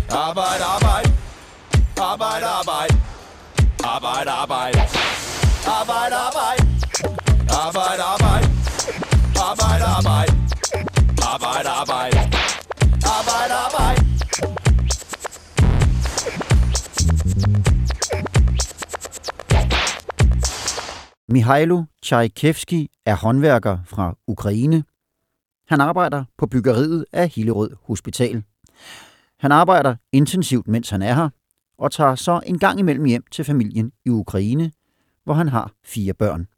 Arbejd, arbejd. Arbejd, arbejd. Arbejd, arbejd. Arbejd, arbejd. Arbejd, arbejd. Arbejd, arbejd. Arbejd, arbejd. Arbejd, arbejd. Mihailo Tjajkevskij er håndværker fra Ukraine. Han arbejder på byggeriet af Hillerød Hospital. Han arbejder intensivt, mens han er her, og tager så en gang imellem hjem til familien i Ukraine, hvor han har 4 børn.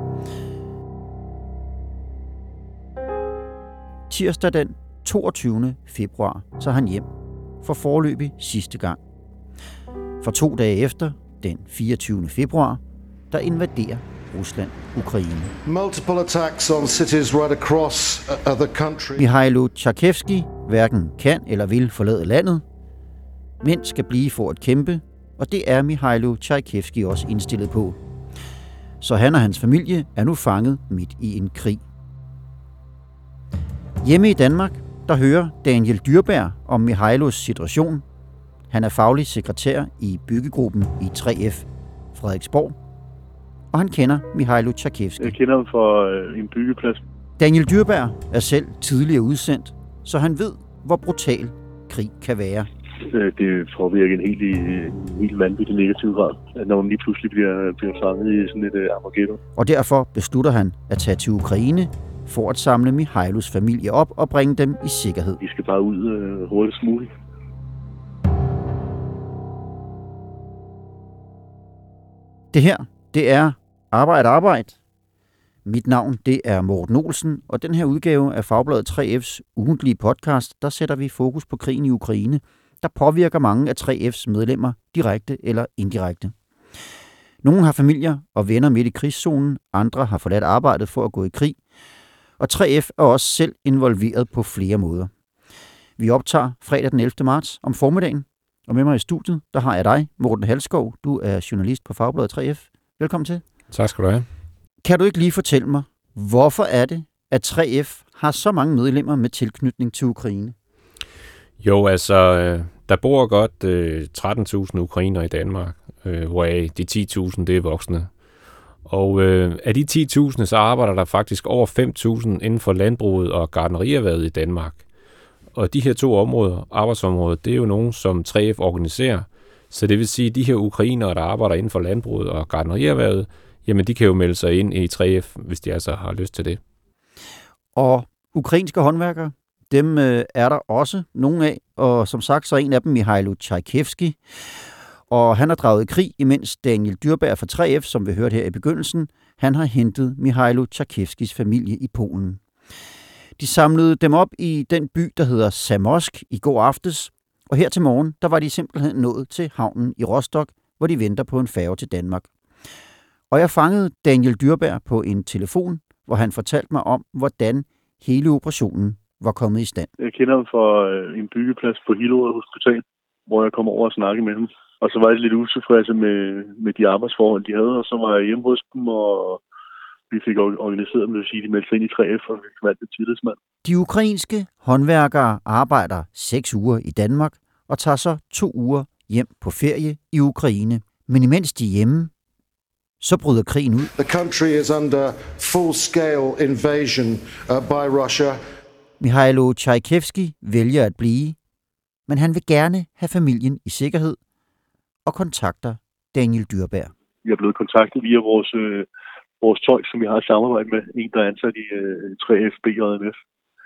Tirsdag den 22. februar tager han hjem for foreløbig sidste gang. For 2 dage efter, den 24. februar, der invaderer Rusland Ukraine. Multiple attacks on cities right across the country. Mihailo Tjajkevskij hverken kan eller vil forlade landet, men skal blive for at kæmpe, og det er Mihailo Tjajkevskij også indstillet på. Så han og hans familie er nu fanget midt i en krig. Hjemme i Danmark, der hører Daniel Dyrberg om Mihailos situation. Han er faglig sekretær i byggegruppen i 3F Frederiksborg, og han kender Mihailo Tjajkevskij. Jeg kender ham fra en byggeplads. Daniel Dyrberg er selv tidligere udsendt, så han ved, hvor brutal krig kan være. Det påvirker en helt vanvittig negativ grad, at når man lige pludselig bliver fanget i sådan et Armageddon. Og derfor beslutter han at tage til Ukraine for at samle Mihailos familie op og bringe dem i sikkerhed. De skal bare ud hurtigst muligt. Det her, det er Arbejde. Mit navn, det er Morten Olsen, og den her udgave af Fagbladet 3F's ugentlige podcast, der sætter vi fokus på krigen i Ukraine, der påvirker mange af 3F's medlemmer direkte eller indirekte. Nogle har familier og venner midt i krigszonen, andre har forladt arbejdet for at gå i krig, og 3F er også selv involveret på flere måder. Vi optager fredag den 11. marts om formiddagen, og med mig i studiet, der har jeg dig, Morten Halskov. Du er journalist på Fagbladet 3F. Velkommen til. Tak skal du have. Kan du ikke lige fortælle mig, hvorfor er det, at 3F har så mange medlemmer med tilknytning til Ukraine? Jo, altså, der bor godt 13.000 ukrainere i Danmark, hvoraf de 10.000, det er voksne. Og af de 10.000, så arbejder der faktisk over 5.000 inden for landbruget og gartnerierhvervet i Danmark. Og de her 2 områder, arbejdsområder, det er jo nogen, som 3F organiserer. Så det vil sige, at de her ukrainere, der arbejder inden for landbruget og gartnerierhvervet, jamen de kan jo melde sig ind i 3F, hvis de altså har lyst til det. Og ukrainske håndværkere, dem er der også nogle af, og som sagt, så er en af dem Mihailo Tjajkevskij. Og han har draget i krig, imens Daniel Dyrberg fra 3F, som vi hørte her i begyndelsen, han har hentet Mihailo Tjajkevskijs familie i Polen. De samlede dem op i den by, der hedder Zamość i går aftes, og her til morgen, der var de simpelthen nået til havnen i Rostock, hvor de venter på en færge til Danmark. Og jeg fangede Daniel Dyrberg på en telefon, hvor han fortalte mig om, hvordan hele operationen var kommet i stand. Jeg kender ham fra en byggeplads på Hillerød Hospital, hvor jeg kom over og snakkede med ham. Og så var jeg lidt utilfredse med de arbejdsforhold, de havde, og så var jeg hjemme hos dem, og vi fik organiseret dem, det vil sige, de meldte sig ind i 3F, og vi valgte en tillidsmand. De ukrainske håndværkere arbejder 6 uger i Danmark, og tager så 2 uger hjem på ferie i Ukraine. Men imens de er hjemme, så bryder krigen ud. The country is under full-scale invasion by Russia. Mihailo Tjajkevskij vælger at blive, men han vil gerne have familien i sikkerhed og kontakter Daniel Dyrberg. Vi er blevet kontaktet via vores tolk, som vi har et samarbejde med, en der er ansat i 3F BJMF,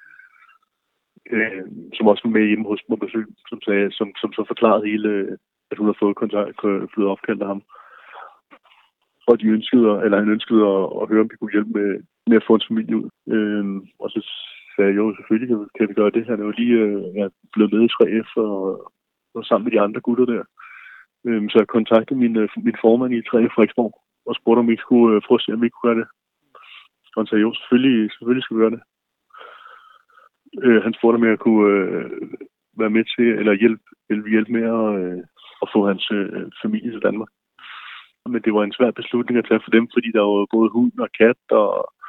som også var med hjemme hos mig besøg, som så forklarede hele, at hun har fået blevet opkaldt af ham. Og han ønskede at høre, om vi kunne hjælpe med at få hans familie ud. Og så sagde jeg, jo, selvfølgelig kan vi gøre det. Han er jo lige blevet med i 3F og sammen med de andre gutter der. Så jeg kontaktede min formand i 3F Frederiksborg og spurgte, om vi skulle prøve at se, om vi kunne gøre det. Og han sagde, jo, selvfølgelig skal vi gøre det. Han spurgte, om jeg kunne være med til, eller hjælpe med at få hans familie til Danmark. Men det var en svær beslutning at tage for dem, fordi der var både hund og kat,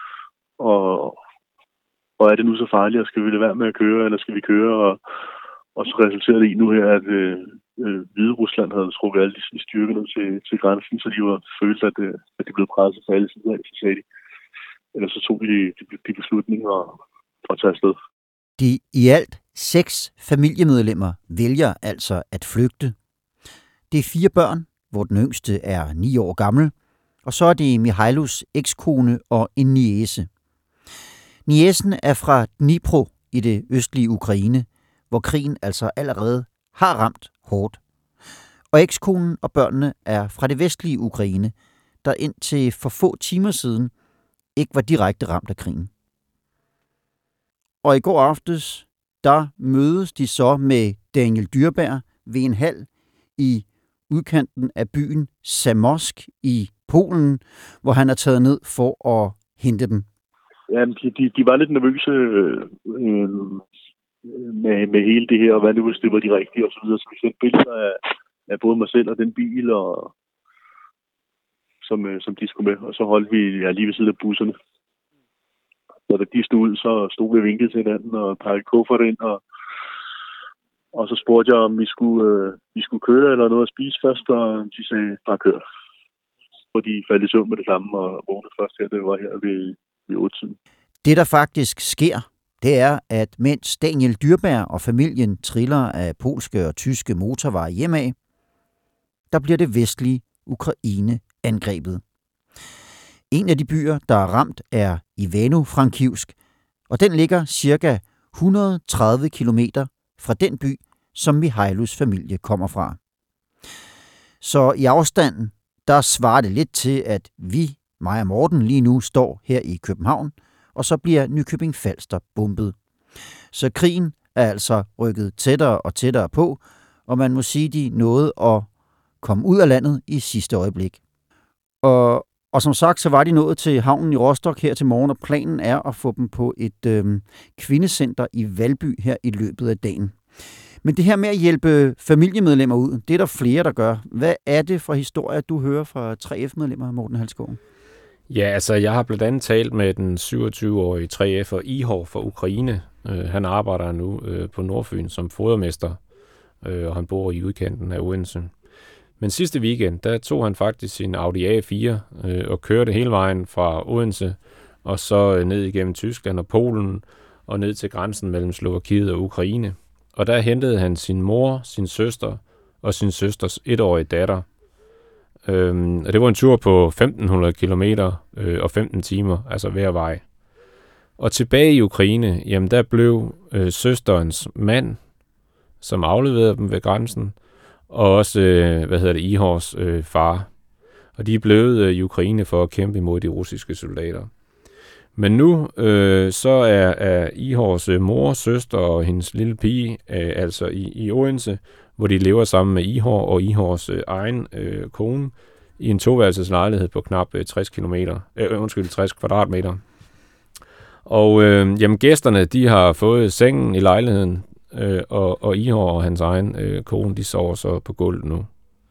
og er det nu så farligt, og skal vi lade være med at køre, eller skal vi køre? Og så resulterede det i nu her, at Hvide Rusland havde trukket alle de styrker ned til grænsen, så de var følt, at de blev presset fra alle sider af, så sagde de. Eller så tog de beslutninger at tage afsted. De i alt 6 familiemedlemmer vælger altså at flygte. Det er 4 børn, hvor den yngste er 9 år gammel, og så er det Mihailus ekskone og en niece. Niecen er fra Dnipro i det østlige Ukraine, hvor krigen altså allerede har ramt hårdt. Og ekskonen og børnene er fra det vestlige Ukraine, der indtil for få timer siden ikke var direkte ramt af krigen. Og i går aftes, der mødes de så med Daniel Dyrberg ved en hal i udkanten af byen Zamość i Polen, hvor han er taget ned for at hente dem. Ja, de var lidt nervøse med hele det her, og hvad nu hvis det var de rigtige og så videre. Så vi sendte billeder af både mig selv og den bil, som de skulle med. Og så holdt vi lige ved siden af busserne. Så da de stod ud, så stod vi vinket til hinanden og pakkede kuffert ind. Og så spurgte jeg, om vi skulle køre eller noget at spise først, og de sagde, bare kør. Og de faldt i søvn med det samme og vågnede først her, det var her ved 8-tiden. Det, der faktisk sker, det er, at mens Daniel Dyrberg og familien triller af polske og tyske motorveje hjemad, der bliver det vestlige Ukraine angrebet. En af de byer, der er ramt, er Ivano-Frankivsk, og den ligger cirka 130 kilometer fra den by, som Mihailus familie kommer fra. Så i afstanden, der svarer det lidt til, at mig og Morten, lige nu står her i København, og så bliver Nykøbing Falster bombet. Så krigen er altså rykket tættere og tættere på, og man må sige, de nåede at komme ud af landet i sidste øjeblik. Og som sagt, så var de nået til havnen i Rostock her til morgen, og planen er at få dem på et kvindecenter i Valby her i løbet af dagen. Men det her med at hjælpe familiemedlemmer ud, det er der flere, der gør. Hvad er det for historier, du hører fra 3F-medlemmer, Morten Halsgaard? Ja, altså jeg har blandt andet talt med den 27-årige 3F'er Ihor fra Ukraine. Han arbejder nu på Nordfyn som fodermester, og han bor i udkanten af Odense. Men sidste weekend, der tog han faktisk sin Audi A4 og kørte hele vejen fra Odense, og så ned igennem Tyskland og Polen, og ned til grænsen mellem Slovakiet og Ukraine. Og der hentede han sin mor, sin søster og sin søsters 1-årige datter. Og det var en tur på 1500 kilometer og 15 timer, altså hver vej. Og tilbage i Ukraine, jamen der blev søsterens mand, som afleverede dem ved grænsen, og også, Ihors far. Og de er blevet i Ukraine for at kæmpe imod de russiske soldater. Men nu så er Ihors mor, søster og hendes lille pige altså i Odense, hvor de lever sammen med Ihor og Ihors egen kone i en toværelseslejlighed på knap 60 kvadratmeter. Og gæsterne, de har fået sengen i lejligheden, og Ihor og hans egen kone, de sover så på gulvet nu.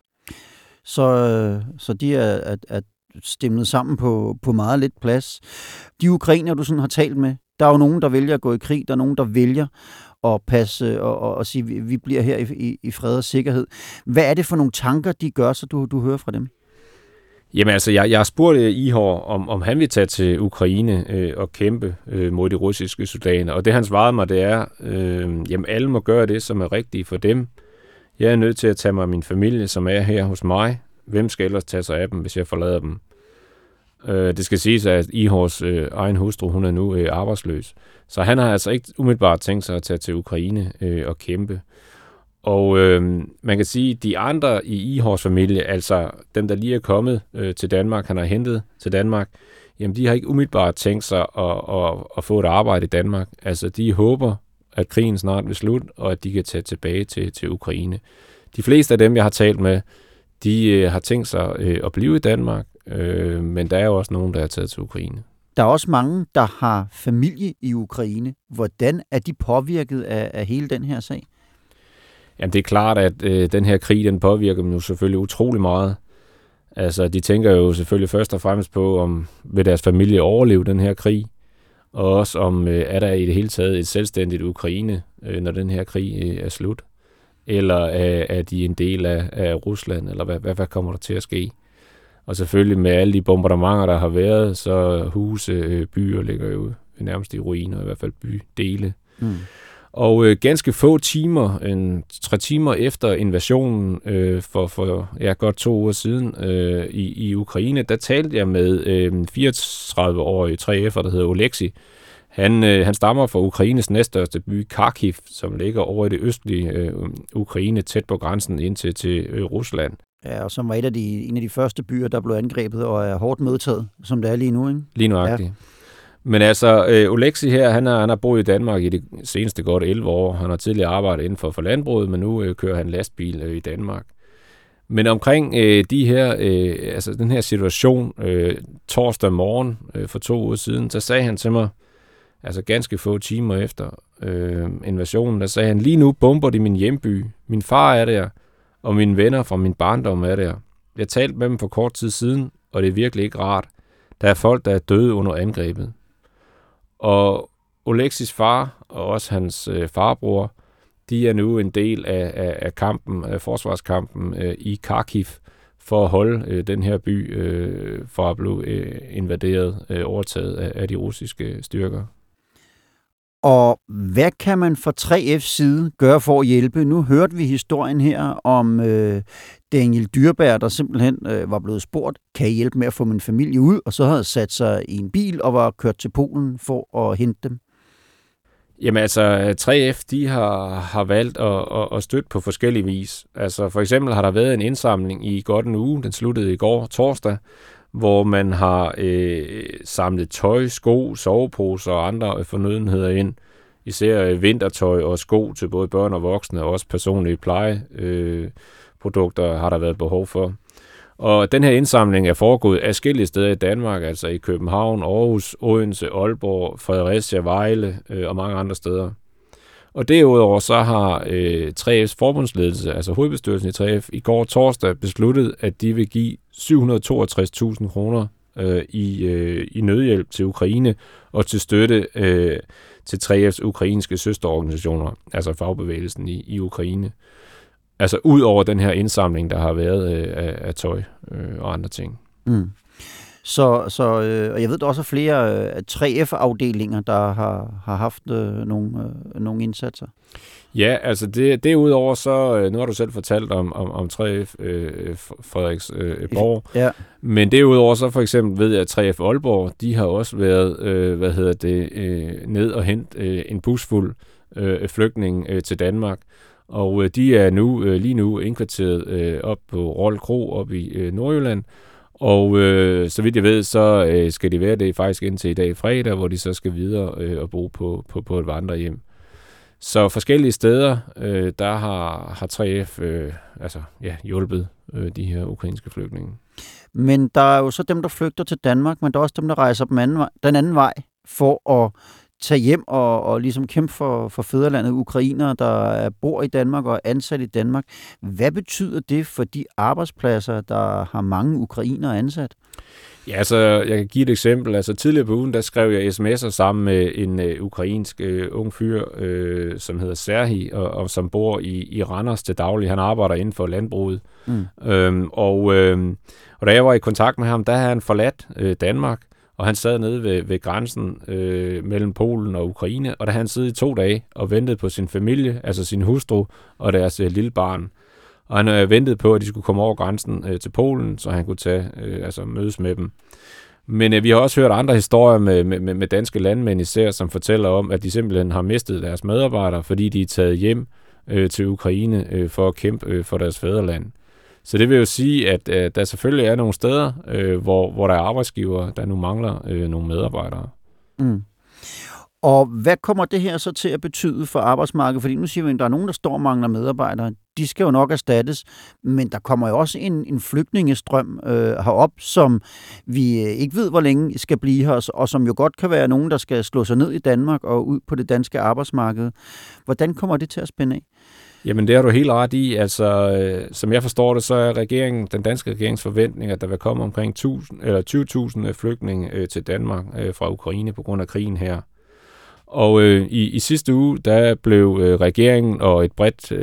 Så de er stemlet sammen på meget lidt plads. De ukrainer, du sådan har talt med, der er jo nogen, der vælger at gå i krig, der er nogen, der vælger at passe og sige, vi bliver her i fred og sikkerhed. Hvad er det for nogle tanker, de gør, så du hører fra dem? Jamen altså, jeg har spurgt Ihor, om han vil tage til Ukraine og kæmpe mod de russiske soldater, og det han svarede mig, det er, alle må gøre det, som er rigtigt for dem. Jeg er nødt til at tage mig af min familie, som er her hos mig. Hvem skal ellers tage sig af dem, hvis jeg forlader dem? Det skal siges, at Ihors egen hustru, hun er nu arbejdsløs. Så han har altså ikke umiddelbart tænkt sig at tage til Ukraine og kæmpe. Og man kan sige, at de andre i Ihors familie, altså dem, der lige er kommet til Danmark, han har hentet til Danmark, jamen de har ikke umiddelbart tænkt sig at få et arbejde i Danmark. Altså de håber, at krigen snart vil slutte, og at de kan tage tilbage til Ukraine. De fleste af dem, jeg har talt med, de har tænkt sig at blive i Danmark, men der er jo også nogen, der er taget til Ukraine. Der er også mange, der har familie i Ukraine. Hvordan er de påvirket af hele den her sag? Jamen det er klart, at den her krig, den påvirker dem jo selvfølgelig utrolig meget. Altså de tænker jo selvfølgelig først og fremmest på, om vil deres familie overleve den her krig, og også om er der i det hele taget et selvstændigt Ukraine, når den her krig er slut. eller er de en del af Rusland, eller hvad kommer der til at ske? Og selvfølgelig med alle de bombardementer, der har været, så huse, byer ligger jo nærmest i ruiner, i hvert fald bydele. Og ganske få timer, 3 timer efter invasionen for godt 2 uger siden i Ukraine, der talte jeg med 34-årig 3F'er, der hedder Oleksij. Han stammer fra Ukraines næststørste by, Kharkiv, som ligger over i det østlige Ukraine, tæt på grænsen ind til Rusland. Ja, og som var en af de første byer, der blev angrebet og er hårdt modtaget, som det er lige nu, ikke? Lige nøjagtigt. Ja. Men altså, Oleksij her, han har boet i Danmark i det seneste godt 11 år. Han har tidligere arbejdet inden for landbruget, men nu kører han lastbil i Danmark. Men omkring den her situation, torsdag morgen for 2 uger siden, så sagde han til mig, altså ganske få timer efter invasionen, der sagde han, lige nu bomber de min hjemby. Min far er der, og mine venner fra min barndom er der. Jeg talte med dem for kort tid siden, og det er virkelig ikke rart. Der er folk, der er døde under angrebet. Og Oleksijs far, og også hans farbror, de er nu en del af kampen, af forsvarskampen i Kharkiv, for at holde den her by fra at blive invaderet, overtaget af de russiske styrker. Og hvad kan man fra 3F's side gøre for at hjælpe? Nu hørte vi historien her om Daniel Dyrberg, der simpelthen var blevet spurgt, kan I hjælpe med at få min familie ud? Og så havde sat sig i en bil og var kørt til Polen for at hente dem. Jamen altså, 3F, de har valgt at støtte på forskellige vis. Altså for eksempel har der været en indsamling i godt en uge, den sluttede i går torsdag, hvor man har samlet tøj, sko, soveposer og andre fornødenheder ind. Især vintertøj og sko til både børn og voksne, og også personlige plejeprodukter har der været behov for. Og den her indsamling er foregået adskillige steder i Danmark, altså i København, Aarhus, Odense, Aalborg, Fredericia, Vejle og mange andre steder. Og derudover så har 3F's forbundsledelse, altså hovedbestyrelsen i 3F, i går torsdag besluttet, at de vil give 762.000 kroner i nødhjælp til Ukraine og til støtte til 3F's ukrainske søsterorganisationer, altså fagbevægelsen i Ukraine. Altså ud over den her indsamling, der har været af tøj og andre ting. Mm. Så jeg ved, der også er flere 3F-afdelinger, der har haft nogle indsatser. Ja, altså derudover så, nu har du selv fortalt om 3F Frederiksborg, ja. Men derudover så for eksempel ved jeg, at 3F Aalborg, de har også været, ned og hente en busfuld flygtninge til Danmark. Og de er lige nu indkvarteret op på Rold Kro op i Nordjylland. Og så vidt jeg ved, så skal de være det faktisk indtil i dag fredag, hvor de så skal videre og bo på et vandrehjem. Så forskellige steder, der har 3F hjulpet de her ukrainske flygtninge. Men der er jo så dem, der flygter til Danmark, men der er også dem, der rejser den anden vej for at tage hjem og ligesom kæmpe for fædrelandet, ukrainere, der bor i Danmark og er ansat i Danmark. Hvad betyder det for de arbejdspladser, der har mange ukrainere ansat? Ja, altså, jeg kan give et eksempel. Altså, tidligere på ugen, der skrev jeg sms'er sammen med en ukrainsk ung fyr, som hedder Serhi, og som bor i Randers til daglig. Han arbejder inden for landbruget. Og da jeg var i kontakt med ham, der havde han forladt Danmark, og han sad nede ved grænsen mellem Polen og Ukraine, og der havde han siddet i 2 dage og ventet på sin familie, altså sin hustru og deres lille barn. Og han ventede på, at de skulle komme over grænsen til Polen, så han kunne mødes med dem. Men vi har også hørt andre historier med danske landmænd især, som fortæller om, at de simpelthen har mistet deres medarbejdere, fordi de er taget hjem til Ukraine for at kæmpe for deres fædreland. Så det vil jo sige, at der selvfølgelig er nogle steder, hvor der er arbejdsgivere, der nu mangler nogle medarbejdere. Mm. Og hvad kommer det her så til at betyde for arbejdsmarkedet? Fordi nu siger vi, at der er nogen, der står og mangler medarbejdere. De skal jo nok erstattes, men der kommer jo også en flygtningestrøm herop, som vi ikke ved, hvor længe skal blive her, og som jo godt kan være nogen, der skal slå sig ned i Danmark og ud på det danske arbejdsmarked. Hvordan kommer det til at spænde af? Jamen det har du helt ret i. Altså, som jeg forstår det, så er den danske regerings forventning, at der vil komme omkring 20.000 flygtninge til Danmark fra Ukraine på grund af krigen her. Og i sidste uge, der blev regeringen og et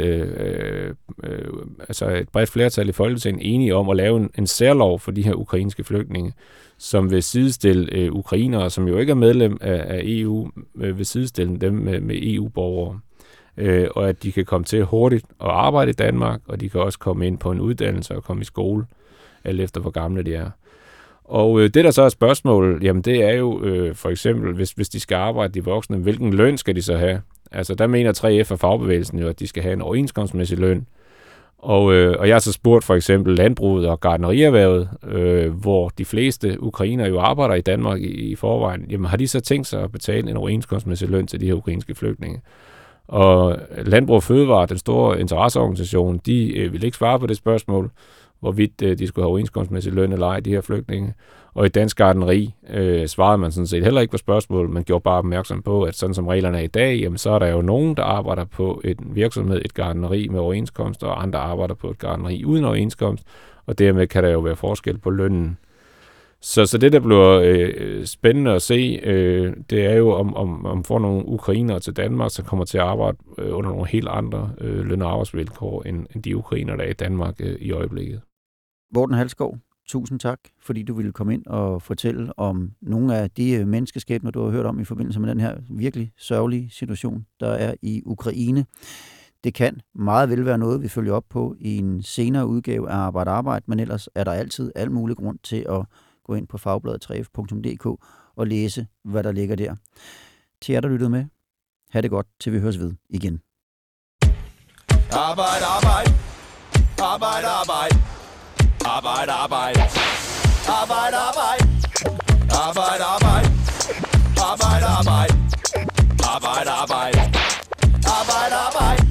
bredt flertal i Folketinget enige om at lave en særlov for de her ukrainske flygtninge, som vil sidestille ukrainere, som jo ikke er medlem af EU, vil sidestille dem med EU-borgere. Og at de kan komme til hurtigt at arbejde i Danmark, og de kan også komme ind på en uddannelse og komme i skole, alt efter hvor gamle de er. Og det, der så er spørgsmålet, jamen det er jo for eksempel, hvis de skal arbejde, de voksne, hvilken løn skal de så have? Altså der mener 3F og fagbevægelsen jo, at de skal have en overenskomstmæssig løn. Og jeg har så spurgt for eksempel landbruget og gartnerierhvervet, hvor de fleste ukrainere jo arbejder i Danmark i forvejen. Jamen har de så tænkt sig at betale en overenskomstmæssig løn til de her ukrainske flygtninge? Og Landbrug og Fødevare, den store interesseorganisation, de vil ikke svare på det spørgsmål, hvorvidt de skulle have overenskomstmæssig løn eller ej, de her flygtninge. Og i Dansk Gartneri svarede man sådan set heller ikke på spørgsmål, man gjorde bare opmærksom på, at sådan som reglerne er i dag, jamen så er der jo nogen, der arbejder på en virksomhed, et gartneri med overenskomst, og andre arbejder på et gartneri uden overenskomst, og dermed kan der jo være forskel på lønnen. Så det, der bliver spændende at se, det er jo, om får nogle ukrainere til Danmark, som kommer til at arbejde under nogle helt andre løn- og arbejdsvilkår, end de ukrainere, der er i Danmark i øjeblikket. Morten Halsgaard, tusind tak, fordi du ville komme ind og fortælle om nogle af de menneskeskæbner, du har hørt om i forbindelse med den her virkelig sørgelige situation, der er i Ukraine. Det kan meget vel være noget, vi følger op på i en senere udgave af Arbejde, men ellers er der altid al mulig grund til at gå ind på fagbladet 3f.dk og læse, hvad der ligger der. Til jer, der lyttede med, ha' det godt, til vi høres ved igen. Arbejde, arbejde. Arbejde, arbejde. Arbejde, arbejde. Arbejde, arbejde. Arbejde, arbejde. Arbejde, arbejde. Arbejde, arbejde. Arbejde, arbejde.